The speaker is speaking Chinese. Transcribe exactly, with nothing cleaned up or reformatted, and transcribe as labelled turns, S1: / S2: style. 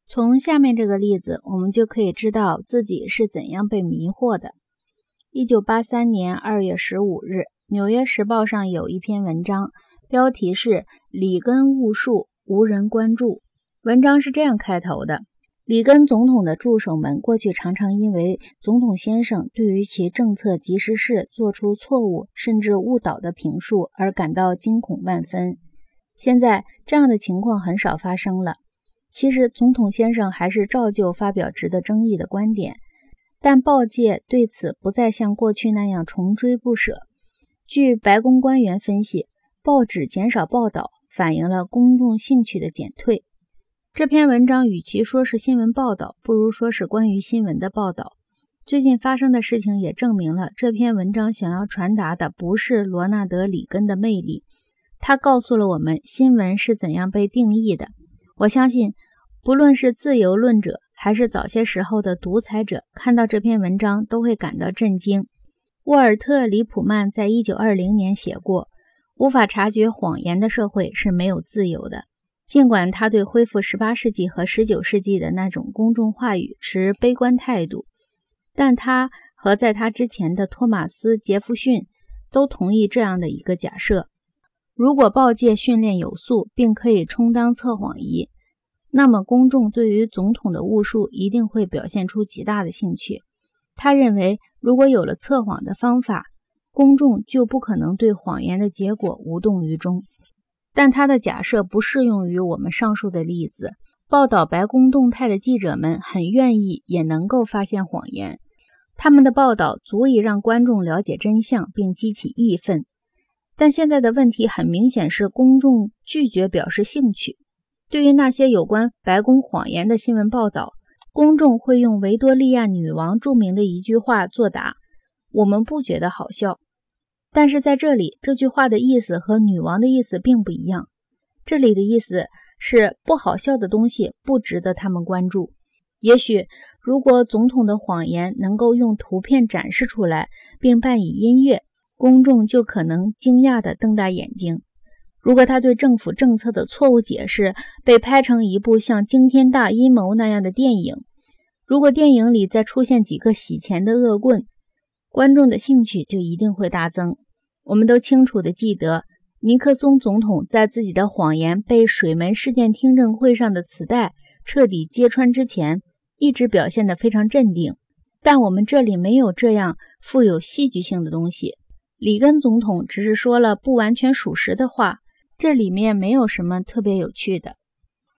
S1: 从下面这个例子，我们就可以知道自己是怎样被迷惑的。一九八三年二月十五日，《纽约时报》上有一篇文章，标题是“里根误述，无人关注”。文章是这样开头的：里根总统的助手们过去常常因为总统先生对于其政策及时事做出错误甚至误导的评述而感到惊恐万分。现在这样的情况很少发生了。其实总统先生还是照旧发表值得争议的观点，但报界对此不再像过去那样穷追不舍。据白宫官员分析，报纸减少报道反映了公众兴趣的减退。这篇文章与其说是新闻报道，不如说是关于新闻的报道。最近发生的事情也证明了这篇文章想要传达的不是罗纳德·里根的魅力，他告诉了我们新闻是怎样被定义的。我相信不论是自由论者还是早些时候的独裁者，看到这篇文章都会感到震惊。沃尔特·里普曼在一九二零年写过，无法察觉谎言的社会是没有自由的。尽管他对恢复十八世纪和十九世纪的那种公众话语持悲观态度，但他和在他之前的托马斯·杰弗逊都同意这样的一个假设：如果报界训练有素并可以充当测谎仪，那么公众对于总统的误述一定会表现出极大的兴趣。他认为，如果有了测谎的方法，公众就不可能对谎言的结果无动于衷。但他的假设不适用于我们上述的例子。报道白宫动态的记者们很愿意也能够发现谎言，他们的报道足以让观众了解真相并激起义愤。但现在的问题很明显是公众拒绝表示兴趣。对于那些有关白宫谎言的新闻报道，公众会用维多利亚女王著名的一句话作答：我们不觉得好笑。但是在这里，这句话的意思和女王的意思并不一样。这里的意思是不好笑的东西不值得他们关注。也许如果总统的谎言能够用图片展示出来并伴以音乐，公众就可能惊讶地瞪大眼睛。如果他对政府政策的错误解释被拍成一部像惊天大阴谋那样的电影，如果电影里再出现几个洗钱的恶棍，观众的兴趣就一定会大增。我们都清楚地记得，尼克松总统在自己的谎言被水门事件听证会上的磁带彻底揭穿之前，一直表现得非常镇定。但我们这里没有这样富有戏剧性的东西。里根总统只是说了不完全属实的话，这里面没有什么特别有趣的。